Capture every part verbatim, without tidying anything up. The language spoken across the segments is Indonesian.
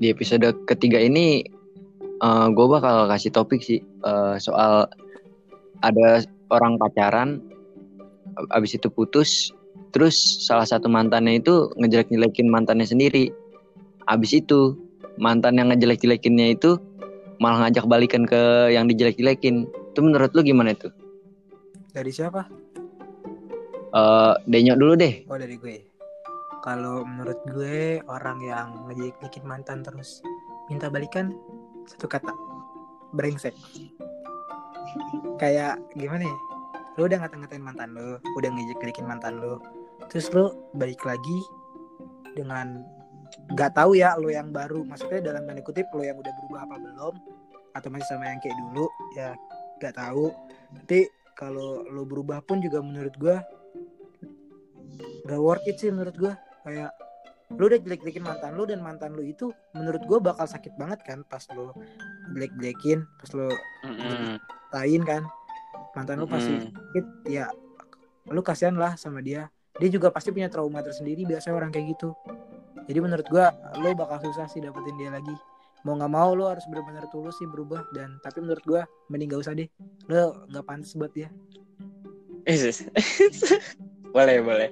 di episode ketiga ini uh, gue bakal kasih topik sih uh, soal ada orang pacaran, abis itu putus, terus salah satu mantannya itu ngejelek-jelekin mantannya sendiri. Abis itu mantan yang ngejelek-jelekinnya itu malah ngajak balikan ke yang dijelek-jelekin. Itu menurut lu gimana tuh? Dari siapa? Uh, Denyok dulu deh. Oh dari gue. Kalau menurut gue orang yang ngejelek-jelekin mantan terus minta balikan, satu kata, brengsek. Kayak gimana ya? Lu udah ngata-ngatain mantan lu, udah ngejelek-jelekin mantan lu, terus lu balik lagi dengan gak tahu ya lu yang baru, maksudnya dalam tanda kutip lu yang udah berubah apa belum, atau masih sama yang kayak dulu, ya gak tahu. Tapi kalau lu berubah pun juga menurut gue gak worth it sih menurut gue. Kayak lu udah jelek-jelekin mantan lu, dan mantan lu itu menurut gue bakal sakit banget kan pas lu jelek-jelekin, pas lu tain kan mantan lu pasti sakit ya. Lu kasihan lah sama dia, dia juga pasti punya trauma tersendiri, biasanya orang kayak gitu. Jadi menurut gue lu bakal susah sih dapetin dia lagi. Mau nggak mau lu harus benar-benar tulus sih berubah. Dan tapi menurut gue mending gak usah deh, lu nggak pantas buat dia. boleh boleh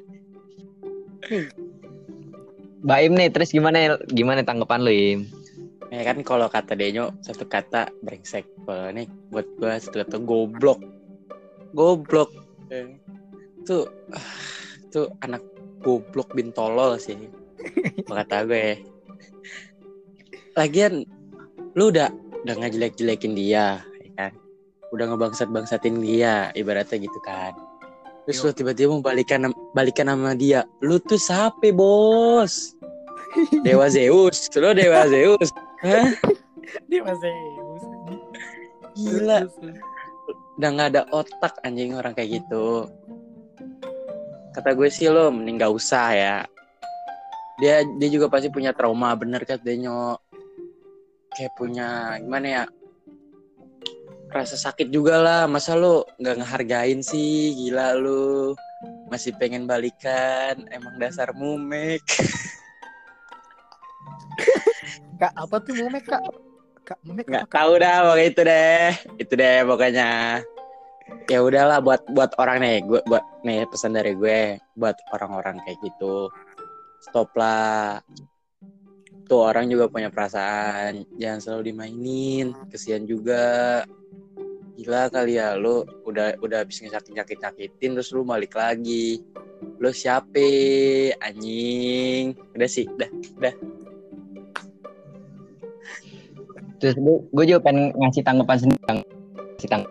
Baim nih, terus gimana gimana tanggapan lu, Im? Ya kan kalau kata Denyo satu kata brengsek. Kalau nih buat gue satu kata goblok. Goblok. Eh. Tuh tuh anak goblok bin tolol sih. Kata gue. Lagian lu udah udah ngejelek-jelekin dia, ya kan? Udah ngebangsat-bangsatin dia, ibaratnya gitu kan. Terus lu tiba-tiba mau balikan balikan sama dia. Lu tuh sape, bos? Dewa Zeus. Lu Dewa Zeus. Hah? Dewa Zeus. Gila. Udah gak ada otak anjing orang kayak gitu. Kata gue sih lo mending gak usah ya. Dia dia juga pasti punya trauma, bener kan Denyo. Kayak punya gimana ya? Rasa sakit juga lah. Masa lo gak ngehargain sih? Gila lo. Masih pengen balikan. Emang dasar mumek. Kak, apa tuh mumek, Kak? Kak, mumek Gak tahu dah pokoknya itu deh. Itu deh pokoknya. Ya udahlah buat buat orang nih, gue buat nih pesan dari gue buat orang-orang kayak gitu. Stop lah. Tuh orang juga punya perasaan. Jangan selalu dimainin. Kesian juga. Gila kali ya, lu udah udah habis ngesakit-nyakitin terus lu balik lagi. Lu siapa anjing? Udah sih, udah, udah. Terus gue juga pengen ngasih tanggapan sendiri. Ngasih tang-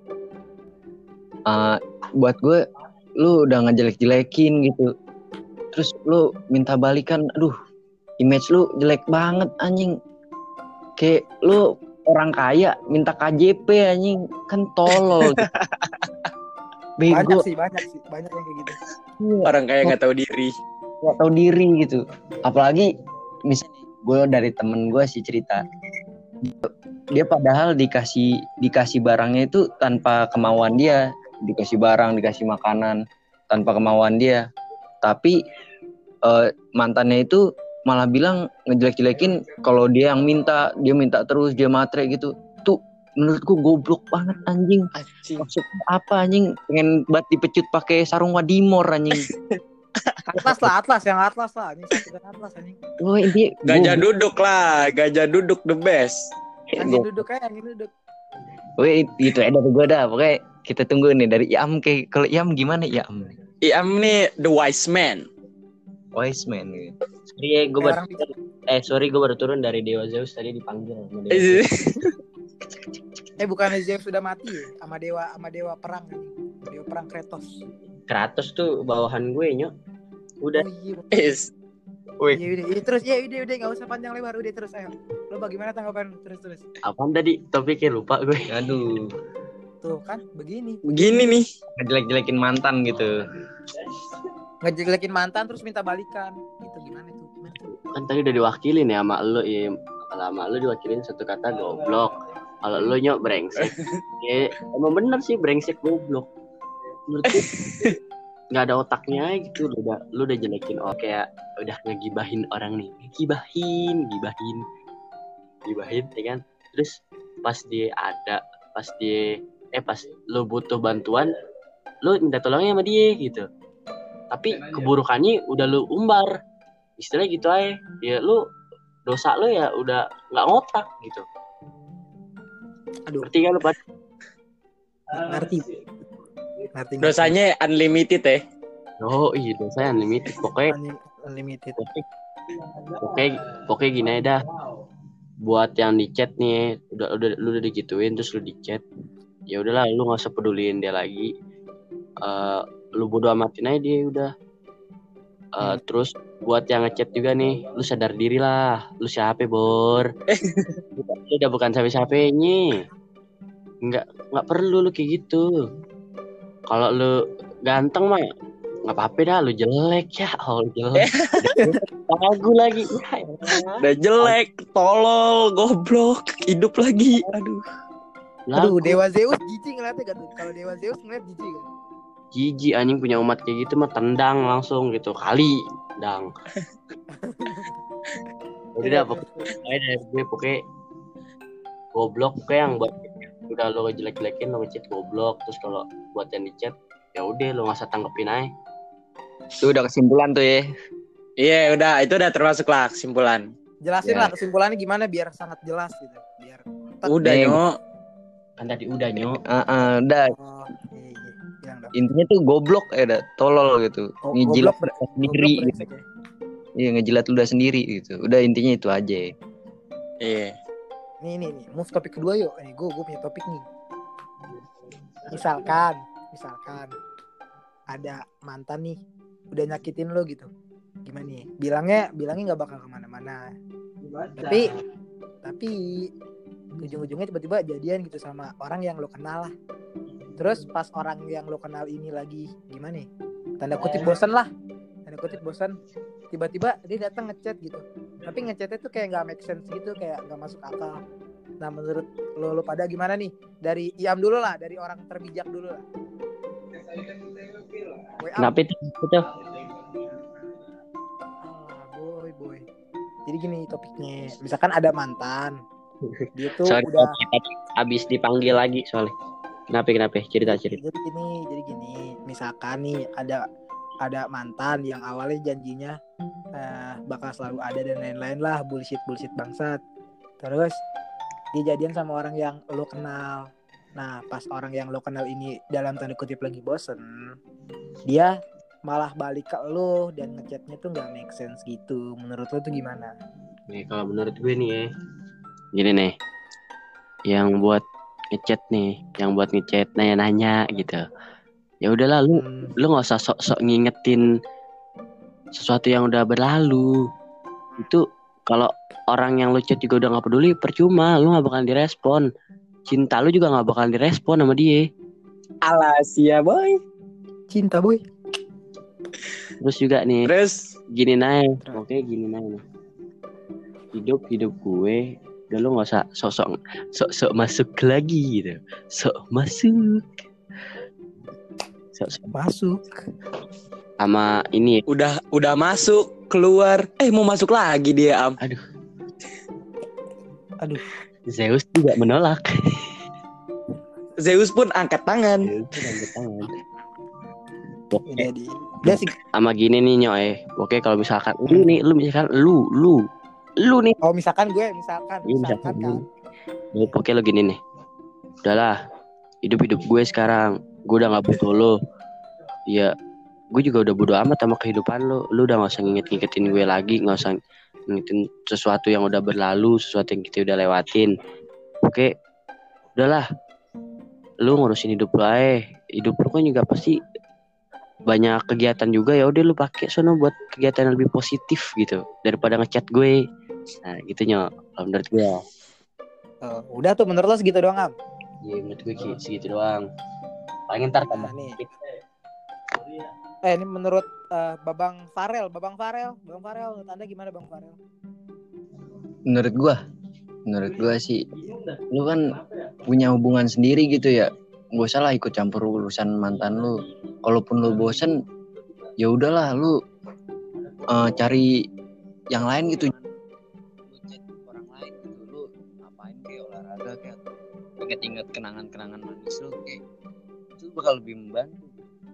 uh, buat gue, lu udah ngejelek-jelekin gitu. Terus lu minta balikan, aduh, image lu jelek banget anjing. Kayak lu orang kaya minta K J P anjing, kan tolol. Bego. Banyak sih, banyak sih, banyak yang kayak gitu. Orang kaya nggak tahu diri. Nggak tahu diri gitu. Apalagi misalnya gue dari temen gue sih cerita, dia padahal dikasih dikasih barangnya itu tanpa kemauan dia, dikasih barang, dikasih makanan tanpa kemauan dia, tapi uh, mantannya itu malah bilang ngejelek-jelekin kalau dia yang minta, dia minta terus, dia matre gitu. Tuh menurutku goblok banget anjing. Anjing. Maksud apa anjing? Pengen banget dipecut pakai sarung wadimor anjing. Atlas lah, Atlas yang Atlas lah, ini satu Atlas anjing. Oh, ini gajah duduk lah, gajah duduk the best. Angin duduk kayak angin duduk. Weh, itu ada dari gue dah. Pokoknya kita tunggu nih dari Iam. Kayak kalau Iam gimana Iam? Iam nih the wise man. Wise man gitu. Sorry ya, gue baru eh sorry gue baru turun dari Dewa Zeus tadi dipanggil sama Dewa. eh bukan Zeus sudah mati ya? Sama dewa sama dewa perang nih. Dewa perang Kratos. Kratos tuh bawahan gue nyok. Udah. Oh, iya. Is. Wih. Ya udah, ya, terus ya udah udah enggak usah panjang lebar, udah terus ayo. Lo bagaimana tanggapan terus terus? Apaan tadi? Topiknya lupa gue. Aduh. Tuh kan begini. Begini nih. Ngejelek-jelekin mantan gitu. Ngejelekin mantan terus minta balikan. Itu gimana tuh? Gimana tuh? Kan tadi udah diwakilin ya sama lu ya. Kalau sama lu diwakilin satu kata goblok. Kalau lu nyok brengsek. Ya emang bener sih brengsek goblok. Menurut gue nggak ada otaknya gitu. Lu udah lu udah jelekin oh kayak udah ngegibahin orang nih. Gibahin, gibahin. gibahin ya kan. Terus pas dia ada, pas dia eh pas lu butuh bantuan, lu minta tolongnya sama dia gitu. Tapi keburukannya udah lu umbar. Istilahnya gitu aja. Ya lu dosa lu ya udah nggak ngotak gitu. Aduh. Ngerti kan lu Pak? Ngerti. Ngerti. Dosanya unlimited ya. Oh iya dosanya unlimited. Pokoknya unlimited. Pokoknya Pokoknya pokoknya gini aja dah. Buat yang di chat nih, udah udah lu udah digituin terus lu di chat. Ya udahlah lu enggak usah peduliin dia lagi. Uh, lu bodo amatin aja dia udah. Uh, hmm. Terus buat yang ngechat juga nih, lu sadar diri lah. Lu siapa, Bor? Lu udah bukan siapa-siapanya. Enggak enggak perlu lu kayak gitu. Kalau lu ganteng mah nggak apa-apa dah, lu jelek ya, oh lu jelek, lagu lagi, ya, udah jelek, tolol, goblok, hidup lagi, aduh, aduh, Dewa Zeus jijik ngeliatnya kan, kalau Dewa Zeus ngeliat jijik kan, jijik anjing punya umat kayak gitu mah tendang langsung gitu, kali, dang, udah pokoknya dari gue pokoknya goblok, pokoknya yang buat udah lo jelek-jelekin lo ngechat goblok, terus kalau buat yang di chat ya udah lo nggak usah tanggepin aja. Itu udah kesimpulan tuh ya. Iya, udah itu udah termasuk lah kesimpulan. Jelasin ya. lah kesimpulannya gimana biar sangat jelas gitu. Biar udah nyok. Kan tadi udah nyok. Heeh, uh, uh, udah. Oh, iya, iya. Intinya tuh goblok ya, dah. Tolol gitu. Oh, ngejilat ber- sendiri gitu. Ya. Iya, ngejilat udah sendiri gitu. Udah intinya itu aja. Iya. Nih nih nih, move topik kedua yuk. Nih, gue gue punya topik nih. Misalkan, misalkan ada mantan nih udah nyakitin lo gitu, gimana nih bilangnya bilangnya nggak bakal kemana-mana, tapi tapi ujung-ujungnya tiba-tiba jadian gitu sama orang yang lo kenal lah. Terus pas orang yang lo kenal ini lagi gimana nih, tanda kutip bosan lah, tanda kutip bosan, tiba-tiba dia datang ngechat gitu, tapi ngechatnya tuh kayak nggak make sense gitu, kayak nggak masuk akal. Nah menurut lo, lo pada gimana nih? Dari Iam dulu lah, dari orang terbijak dulu lah. Kenapa itu? Betul. Ah, boy, boy. Jadi gini topiknya. Misalkan ada mantan. Dia tuh Sorry, udah habis dipanggil lagi soalnya. Kenapa kenapa? Cerita cerita. Jadi gini, jadi gini. Misalkan nih ada ada mantan yang awalnya janjinya uh, bakal selalu ada dan lain-lain lah, bullshit bullshit bangsat. Terus dia jadian sama orang yang lo kenal. Nah pas orang yang lo kenal ini dalam tanda kutip lagi bosen, dia malah balik ke lo dan ngechatnya tuh nggak make sense gitu. Menurut lo tuh gimana? Nih kalau menurut gue nih ya, gini nih, yang buat ngechat nih, yang buat ngechat nanya-nanya gitu. Ya udahlah lu, hmm. lu nggak usah sok-sok ngingetin sesuatu yang udah berlalu. Itu kalau orang yang lu chat juga udah nggak peduli, percuma, lu nggak bakalan direspon. Cinta lu juga gak bakalan direspon sama dia. Alas ya boy. Cinta boy. Terus juga nih, Terus gini naik. Oke gini naik. Hidup hidup gue, udah lu gak usah sok-sok Sok-sok masuk lagi gitu. Sok masuk Sok-sok masuk sama ini. Udah udah masuk, keluar, eh mau masuk lagi dia Am. Aduh Aduh Zeus juga menolak. Zeus pun angkat tangan. Zeus pun angkat tangan. Oke. Dia sih sama gini nih nyoy. Oke kalau misalkan lu nih, lu misalkan lu lu lu nih. Oh misalkan gue, misalkan, ya, misalkan, misalkan kan. Ya, oke lo gini nih. Udahlah, hidup-hidup gue sekarang, gue udah nggak butuh lo. Ya, gue juga udah bodo amat sama kehidupan lo. Lu udah nggak usah nginget-ngingetin gue lagi, nggak usah ngingetin sesuatu yang udah berlalu, sesuatu yang kita udah lewatin. Oke, udahlah, lu ngurusin hidup lu aja. Hidup lu kan juga pasti banyak kegiatan juga, ya udah lu pakai sono buat kegiatan yang lebih positif gitu daripada ngechat gue. Nah gitu nyok, menurut gue. Uh, udah tuh menurut lo segitu doang Am? Iya menurut gue segitu doang. Paling ntar tambah. Nah, nih. Eh ini menurut uh, Babang Farel, Babang Farel, Babang Farel, menurut Anda gimana Bang Farel? Menurut gua, menurut gua sih, lu kan punya hubungan sendiri gitu ya, gak usah lah ikut campur urusan mantan lu. Kalaupun lu bosen, ya udahlah lu uh, cari yang lain gitu. Lu chat orang lain gitu, lu inget-inget kenangan-kenangan manis lu kayak itu bakal lebih membantu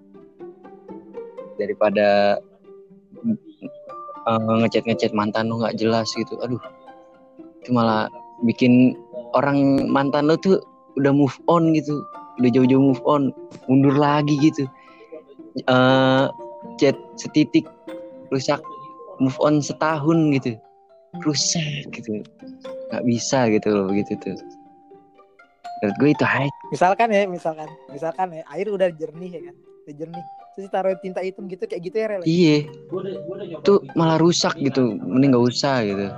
daripada uh, ngechat-ngechat mantan lu nggak jelas gitu. Aduh, itu malah bikin orang mantan lu tuh udah move on gitu, udah jauh-jauh move on, mundur lagi gitu. Uh, chat setitik rusak, move on setahun gitu, rusak gitu, nggak bisa gitu loh begitu tuh. Menurut gue itu high. Misalkan ya, misalkan, misalkan ya, air udah jernih ya kan, udah jernih. Terus taruh tinta hitam gitu kayak gitu ya Rel. Iya. Itu malah rusak gitu, mending nggak usah gitu.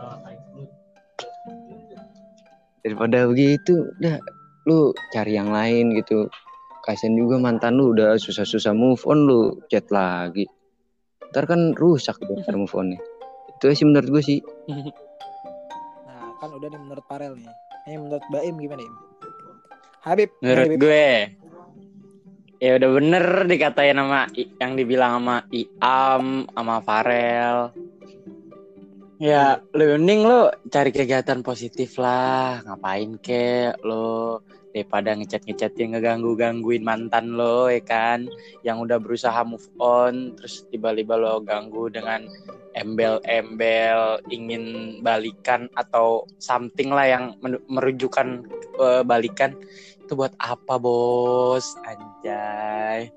Daripada begitu, udah lu cari yang lain gitu. Kasian juga mantan lu udah susah-susah move on, lu chat lagi. Ntar kan rusak tuh ntar move on nih. Itu sih menurut gue sih. Nah kan udah nih menurut Parel nih. Ini menurut Baim gimana Im? Habib. Menurut Habib. gue ya udah bener dikatain sama yang dibilang sama Iam, sama Farel. Ya lebih mending lo cari kegiatan positif lah. Ngapain kek lo daripada ngechat-ngechat yang ngeganggu-gangguin mantan lo ya kan, yang udah berusaha move on terus tiba-tiba lo ganggu dengan embel-embel ingin balikan atau something lah yang merujukan uh, balikan. Itu buat apa bos? Anjay.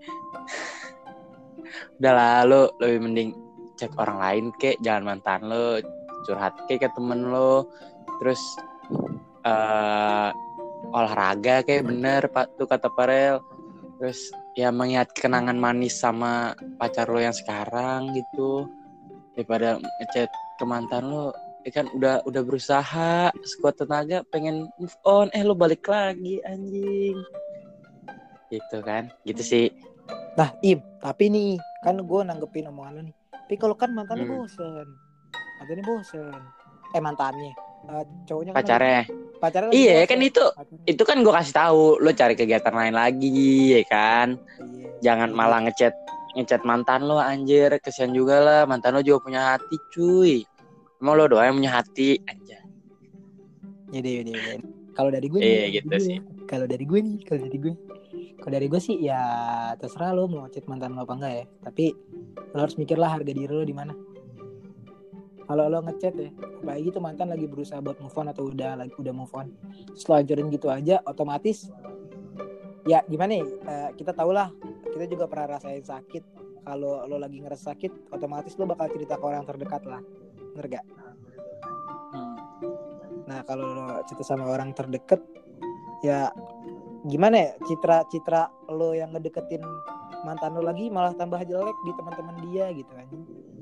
Udah lalu lebih mending chat orang lain kek, jangan mantan lo, curhat kek ke temen lo. Terus uh, olahraga kayak bener Pak tuh kata Parel. Terus ya mengingat kenangan manis sama pacar lo yang sekarang gitu, daripada ngechat ke mantan lo. Ya kan udah udah berusaha sekuat tenaga pengen move on, eh lo balik lagi anjing gitu kan, gitu sih. Nah Im, tapi nih kan gue nanggepin omongan lo nih, tapi kalau kan mantannya hmm. bosen mantannya bosen eh mantannya uh, cowoknya pacarnya kan pacarnya iya bosen. kan itu pacarnya. Itu kan gue kasih tahu lo cari kegiatan lain lagi ya kan. Iya. Jangan iya. Malah ngechat ngechat mantan lo anjir, kesian juga lah, mantan lo juga punya hati cuy. Emang lo doang yang punya hati aja. Jadi jadi jadi. Kalau dari gue iya, nih, gitu sih. Kalau dari gue nih, kalau dari gue, kalau dari gue sih ya terserah lo mau ngechat mantan lo apa enggak ya. Tapi lo harus mikir lah harga diri lo di mana. Kalau lo ngechat ya, apalagi tuh mantan lagi berusaha buat move on atau udah lagi udah move on, terus lo hancurin gitu aja, otomatis ya gimana ya? Uh, kita tahu lah, kita juga pernah rasain sakit. Kalau lo lagi ngerasa sakit, otomatis lo bakal cerita ke orang terdekat lah. Bener gak? Hmm. Nah kalau lo cerita sama orang terdekat, ya gimana ya, citra-citra lo yang ngedeketin mantan lo lagi malah tambah jelek di teman-teman dia gitu kan.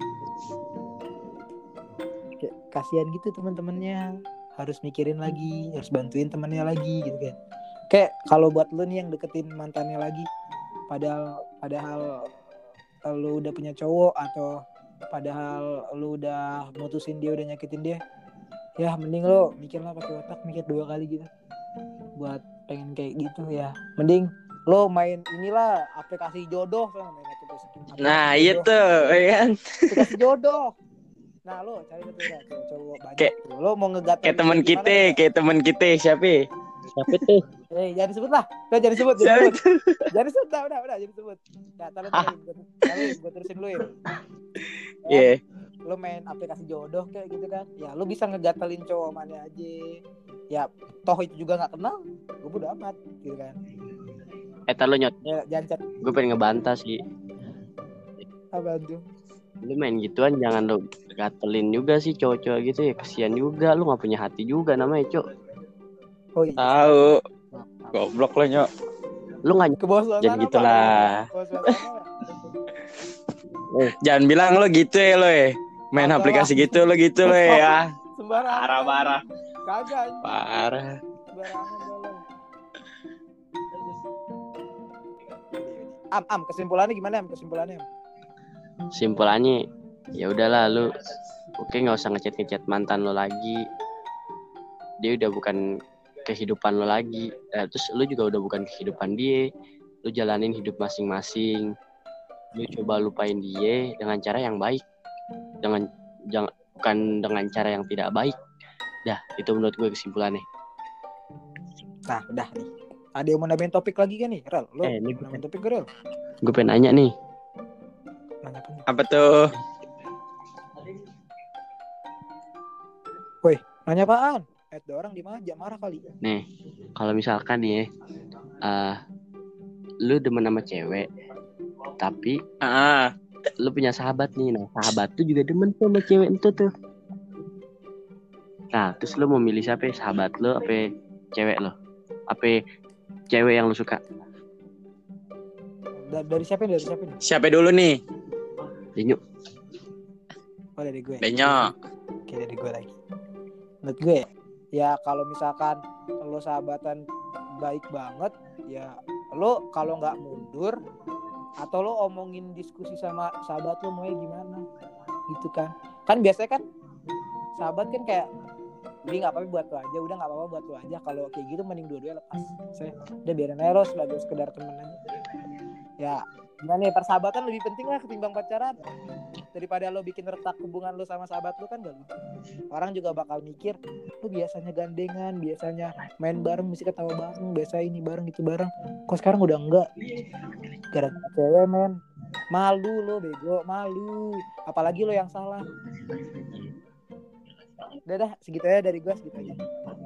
Kayak kasihan gitu teman-temannya, harus mikirin lagi, harus bantuin temannya lagi gitu kan. Kayak kalau buat lo nih yang deketin mantannya lagi, padahal padahal lo udah punya cowok atau padahal lu udah mutusin dia, udah nyakitin dia, ya mending lo mikir lah pakai otak, mikir dua kali gitu buat pengen kayak gitu ya. Mending lo main inilah aplikasi jodoh, kan main aplikasi, aplikasi nah jodoh. Itu ya kan aplikasi jodoh. Nah lo cari betul ya cowok banyak kayak, tuh. Lo mau ngegatain kayak teman kita ya? kayak teman kita siapa siapa tuh eh jangan disebut lah, udah jangan disebut jangan disebut jangan disebut udah udah udah jangan disebut. Nah taruh taruh gue terusin lu ya. Iya. Yeah. Lo main aplikasi jodoh kayak gitu kan, ya lo bisa ngegatelin cowok mana aja, ya toh itu juga nggak kenal, gue bodo amat gitu kan. Eh tar lo nyot ya, jangan cat. Gue pengen ngebantah sih. Apa tuh? Lu main gituan jangan lo gatelin juga sih cowok-cowok gitu ya, kesian juga, lu nggak punya hati juga namanya cowok. Oh iya. Tahu. Goblok lo nyok. Lu nggak kebosan jangan gitulah. Jangan bilang lo gitu ya lo ya. Main Agak aplikasi lah. Gitu lo gitu lo ya. Sembarangan. Parah-parah. Kagak. Parah. Sembarangan lo. Am am kesimpulannya gimana am kesimpulannya? Simpulannya ya udahlah lu oke nggak usah ngechat-ngechat mantan lo lagi. Dia udah bukan kehidupan lo lagi. Eh, terus lu juga udah bukan kehidupan dia. Lu jalanin hidup masing-masing. Lu coba lupain dia dengan cara yang baik. Dengan jangan bukan dengan cara yang tidak baik. Dah, itu menurut gue kesimpulannya. Nah, udah nih. Ada yang mau nambahin topik lagi kan nih, Rel? Lo Eh, ini mau nambahin topik gak, Rel? gue pengen nanya nih. Nanya apa nih? Apa tuh? Woi, nanya apaan? Eh, ada orang di mana? Marah kali. Nih, kalau misalkan nih ya, uh, lu demen sama cewek, tapi Ah, lu punya sahabat nih. Nah, sahabat tuh juga demen tuh sama cewek itu tuh. Nah, terus lu mau milih siapa? Sahabat lu apa cewek lu? Apa cewek yang lu suka? Da- dari siapa nih? Dari siapa nih? siapa dulu nih? Denyo. Oh, dari gue. Denyo. Oke, dari gue lagi. Menurut gue ya kalau misalkan lo sahabatan baik banget, ya lo kalau nggak mundur atau lo omongin diskusi sama sahabat lo maunya gimana gitu kan. Kan biasanya kan sahabat kan kayak jadi nggak apa-apa buat lo aja, udah nggak apa-apa buat lo aja. Kalau kayak gitu mending dua-duanya lepas. Saya udah biarin aja lo sebagai sekedar temen aja. Ya gimana nih, persahabatan lebih penting lah ketimbang pacaran. Daripada lo bikin retak hubungan lo sama sahabat lo kan gak lucu. Orang juga bakal mikir, lo biasanya gandengan, biasanya main bareng, mesti ketawa bareng, biasa ini bareng itu bareng. Kok sekarang udah enggak? Gara-gara cewek men. Malu lo bego, malu. Apalagi lo yang salah. Udah dah, segitu aja dari gue, segitu aja.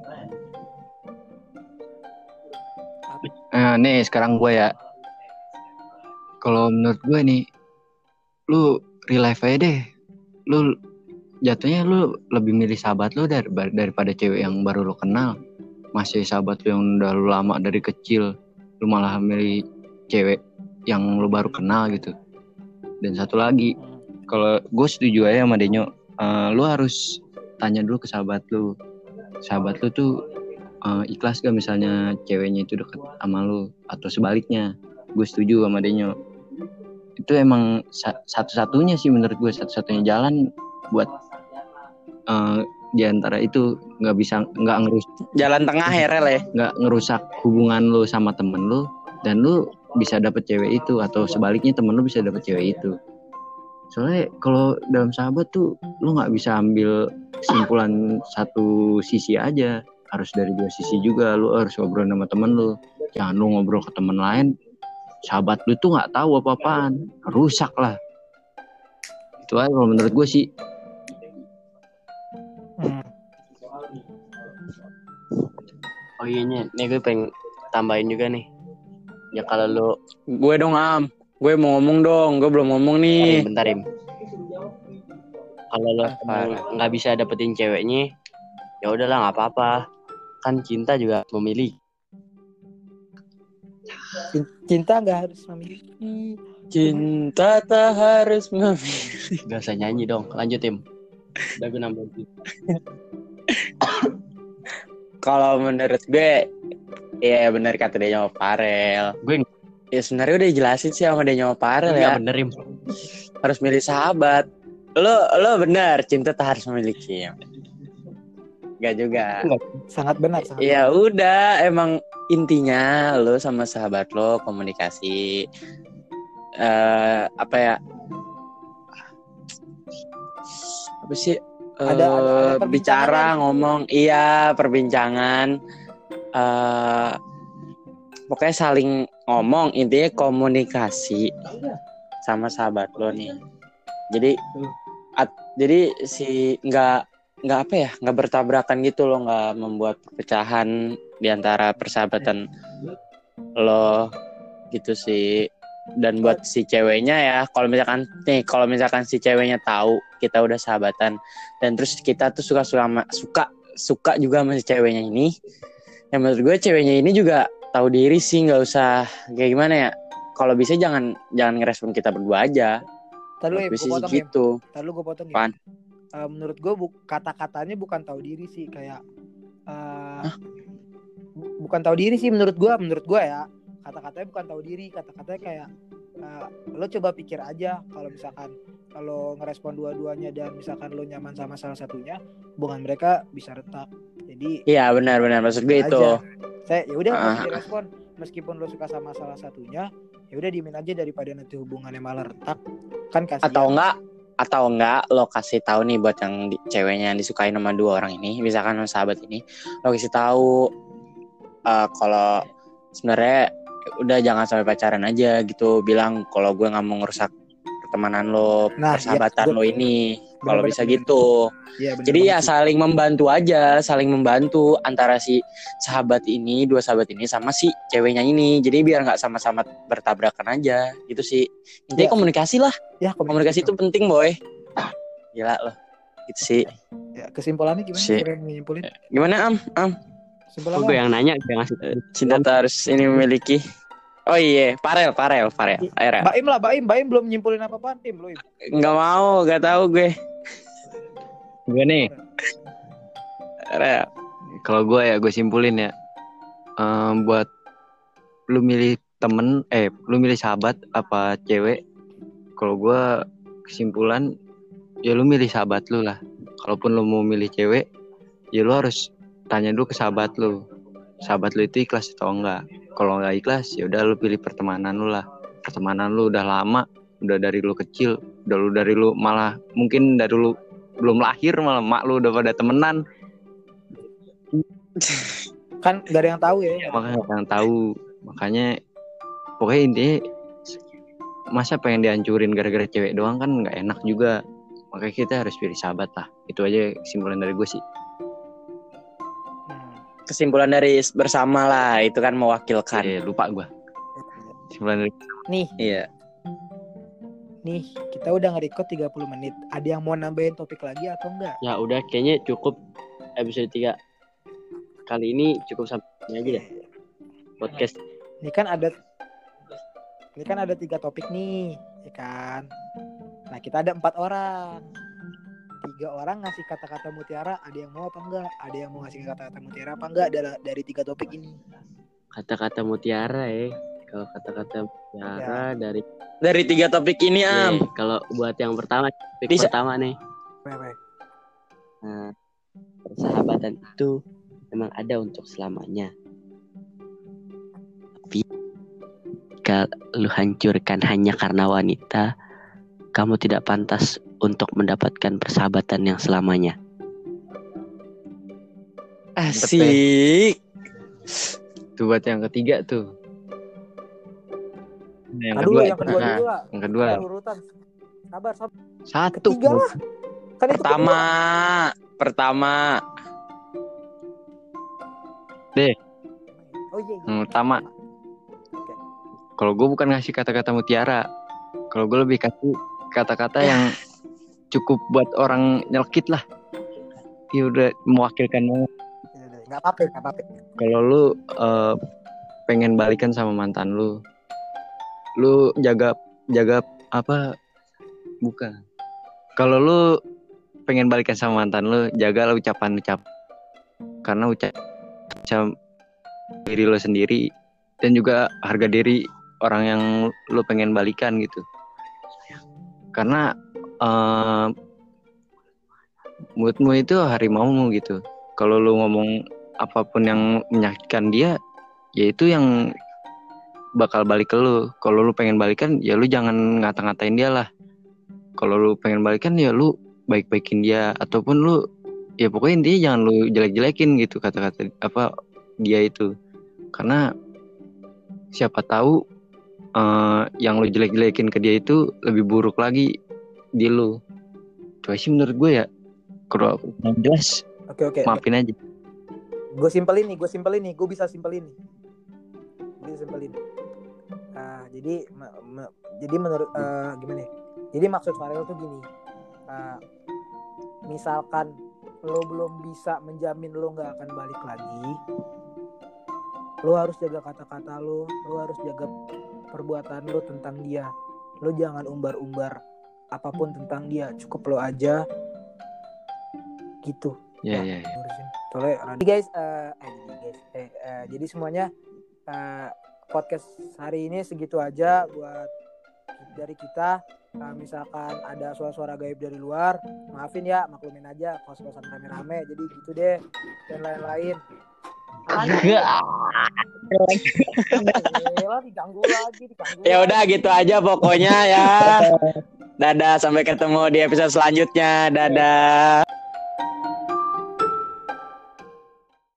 Nah, nih sekarang gue ya. Kalau menurut gue nih, lu real life aja deh. Lu jatuhnya lu lebih milih sahabat lu dar- daripada cewek yang baru lu kenal. Masih sahabat lu yang udah lu lama dari kecil, lu malah milih cewek yang lu baru kenal gitu. Dan satu lagi, kalau gue setuju aja sama Denyo, uh, lu harus tanya dulu ke sahabat lu. Sahabat lu tuh uh, ikhlas gak misalnya ceweknya itu deket sama lu, atau sebaliknya. Gue setuju sama Denyo. Itu emang satu-satunya sih menurut gue, satu-satunya jalan buat uh, di antara itu nggak bisa nggak ngerus Jalan tengah ya Rel ya. nggak ngerusak hubungan lu sama temen lu, dan lu bisa dapet cewek itu, atau sebaliknya temen lu bisa dapet cewek itu. Soalnya kalau dalam sahabat tuh lu nggak bisa ambil kesimpulan satu sisi aja, harus dari dua sisi juga. Lu harus ngobrol sama temen lu, jangan lu ngobrol ke temen lain. Sahabat lu tuh nggak tahu apa-apaan, rusak lah. Itu aja kalau menurut gue sih. Hmm. Oh iya nih, nih gue pengen tambahin juga nih. Ya kalau lu Gue dong Am, gue mau ngomong dong, gue belum ngomong nih. bentar Im. Kalau lu nggak bisa dapetin ceweknya, ya udahlah nggak apa-apa. Kan cinta juga memilih. Cinta nggak harus memiliki. Cinta tak harus memilih. Gak usah nyanyi dong. Lanjut Tim. Udah gue nambahin. Kalau menurut gue, ya benar kata dia sama Farel. Gue Ya sebenarnya udah dijelasin sih sama dia sama Farel ya. nggak bener Im. Harus milih sahabat. Lo lo benar, cinta tak harus memiliki. Gak juga. Sangat benar. Sangat Ya udah, emang intinya lo sama sahabat lo komunikasi. Uh, apa ya? Apa sih? Uh, Ada- ada- ada bicara, perbincangan. ngomong, iya perbincangan. Uh, pokoknya saling ngomong, intinya komunikasi sama sahabat lo nih. Jadi, at, jadi si nggak nggak apa ya, nggak bertabrakan gitu loh, nggak membuat perpecahan di antara persahabatan lo gitu sih. Dan buat si ceweknya ya, kalau misalkan nih, kalau misalkan si ceweknya tahu kita udah sahabatan dan terus kita tuh suka suka suka suka juga sama si ceweknya ini, ya menurut gue ceweknya ini juga tahu diri sih, nggak usah kayak gimana ya. Kalau bisa jangan jangan ngerespon kita berdua aja. Tadi lu ya, Gue gue sih potong ya. gitu. Tadi lu gue potong ya. Apaan? Uh, menurut gue bu- kata-katanya bukan tahu diri sih, kayak uh, bu- bukan tahu diri sih menurut gue. Menurut gue ya, kata-katanya bukan tahu diri. Kata-katanya kayak uh, lo coba pikir aja, kalau misalkan kalau ngerespon dua-duanya dan misalkan lo nyaman sama salah satunya, hubungan mereka bisa retak. Jadi Iya benar-benar, maksud gue itu. aja. Saya ya udah nggak Ah. usah direspon, meskipun lo suka sama salah satunya, ya udah diemin aja daripada nanti hubungannya malah retak. Kan kasihan. Atau enggak atau enggak lo kasih tahu nih buat yang di, ceweknya yang disukain sama dua orang ini, misalkan sama sahabat ini, lo kasih tahu uh, kalau sebenarnya udah jangan sampai pacaran aja gitu, bilang kalau gue nggak mau ngerusak pertemanan lo, Nah, persahabatan iya, lo ini, kalau bener-bener, bisa gitu. Iya, bener Jadi ya banget sih. saling membantu aja, saling membantu antara si sahabat ini, dua sahabat ini sama si ceweknya ini. Jadi biar nggak sama-sama bertabrakan aja, gitu sih. Intinya Ya, komunikasi lah. Ya, Komunikasi itu penting, boy. Gila loh. Gitu sih. Ya, kesimpulannya gimana? Si. Kira nyimpulin. Gimana, Am? Am? Kesimpulannya. Gue yang nanya, gue ngasih. Cinta tak harus ini memiliki. Oh iya, Farel, Farel, Farel. Air. Baim lah, Baim, Baim belum nyimpulin apa-apaan, Tim, lu. Enggak mau, enggak tahu gue. Gue nih, Farel. kalau gue ya gue simpulin ya, um, buat lu milih temen, eh lu milih sahabat apa cewek? Kalau gue kesimpulan, ya lu milih sahabat lu lah. Kalaupun lu mau milih cewek, ya lu harus tanya dulu ke sahabat lu. Sahabat lu itu ikhlas atau enggak? Kalau enggak ikhlas, ya udah lu pilih pertemanan lu lah. Pertemanan lu udah lama, udah dari lu kecil, udah lu dari lu malah mungkin dari lu belum lahir malah mak lu udah pada temenan. Kan gak ada yang tahu ya. Makanya gak ada yang tahu. Makanya pokoknya intinya masa pengen dihancurin gara-gara cewek doang kan nggak enak juga. Makanya kita harus pilih sahabat lah. Itu aja kesimpulan dari gue sih. Kesimpulan dari bersama lah, itu kan mewakilkan. Eh, lupa gue. Kesimpulan dari Nih, Iya. nih kita udah nge-record tiga puluh menit. Ada yang mau nambahin topik lagi atau enggak? Ya udah, kayaknya cukup episode tiga kali ini, cukup sampai sini aja deh podcast. Ini kan ada Ini kan ada tiga topik nih, ya kan? Nah, kita ada empat orang. Tiga orang ngasih kata-kata mutiara, ada yang mau apa enggak? Ada yang mau ngasih kata-kata mutiara apa enggak dari, dari tiga topik ini? Kata-kata mutiara ya. Kalau kata-kata mutiara Ya. dari Dari tiga topik ini, Am. Nih, kalau buat yang pertama, topik Bisa. pertama nih. Apa? Nah, persahabatan itu memang ada untuk selamanya. Tapi jika lu hancurkan hanya karena wanita, kamu tidak pantas untuk mendapatkan persahabatan yang selamanya. Asik. Tuh buat yang ketiga tuh. Yang Aduh, kedua, yang kedua nah, dulu lah. yang kedua Urutan. Sabar, sabar. satu. Ketiga lah. Kan itu Pertama, kedua. pertama. Deh, Oh iya, iya. yang pertama. Oke. Kalau gue bukan ngasih kata-kata mutiara, kalau gue lebih kasih kata-kata yang cukup buat orang nyelkit lah. Ya udah mewakilkan banget. Enggak apa-apa, enggak apa-apa. Kalau lu uh, pengen balikan sama mantan lu, lu jaga jaga apa? Bukan. Kalau lu pengen balikan sama mantan lu, jagalah ucapan-ucap. Karena ucap ucap diri lu sendiri dan juga harga diri orang yang lu pengen balikan gitu. Karena uh, moodmu itu harimaumu gitu. Kalau lu ngomong apapun yang menyakitkan dia, ya itu yang bakal balik ke lu. Kalau lu pengen balikan, ya lu jangan ngata-ngatain dia lah. Kalau lu pengen balikan, ya lu baik-baikin dia. Ataupun lu, ya pokoknya intinya jangan lu jelek-jelekin gitu kata-kata apa dia itu. Karena siapa tahu uh, yang lu jelek-jelekin ke dia itu lebih buruk lagi di lu. Itu sih menurut gue ya. Kalau yang jelas, Oke, oke. maafin aja. Gue simpelin nih, gue simpelin nih, gue bisa simpelin nih. Gue bisa simpelin. Uh, jadi, me- me- jadi menurut uh, gimana? Ya? Jadi maksud Farel tuh gini. Uh, misalkan lo belum bisa menjamin lo nggak akan balik lagi, lo harus jaga kata-kata lo, lo harus jaga perbuatan lo tentang dia. Lo jangan umbar-umbar apapun tentang dia, cukup lo aja. Gitu. Ya, ya, ya. Soalnya, jadi guys, uh, eh, jadi guys, eh, uh, jadi semuanya uh, podcast hari ini segitu aja buat dari kita. Uh, misalkan ada suara-suara gaib dari luar, maafin ya, maklumin aja, kos-kosan rame-rame, jadi gitu deh, dan lain-lain. Gila, diganggu lagi, diganggu. Ya udah gitu aja pokoknya ya. Dadah, sampai ketemu di episode selanjutnya. Dadah.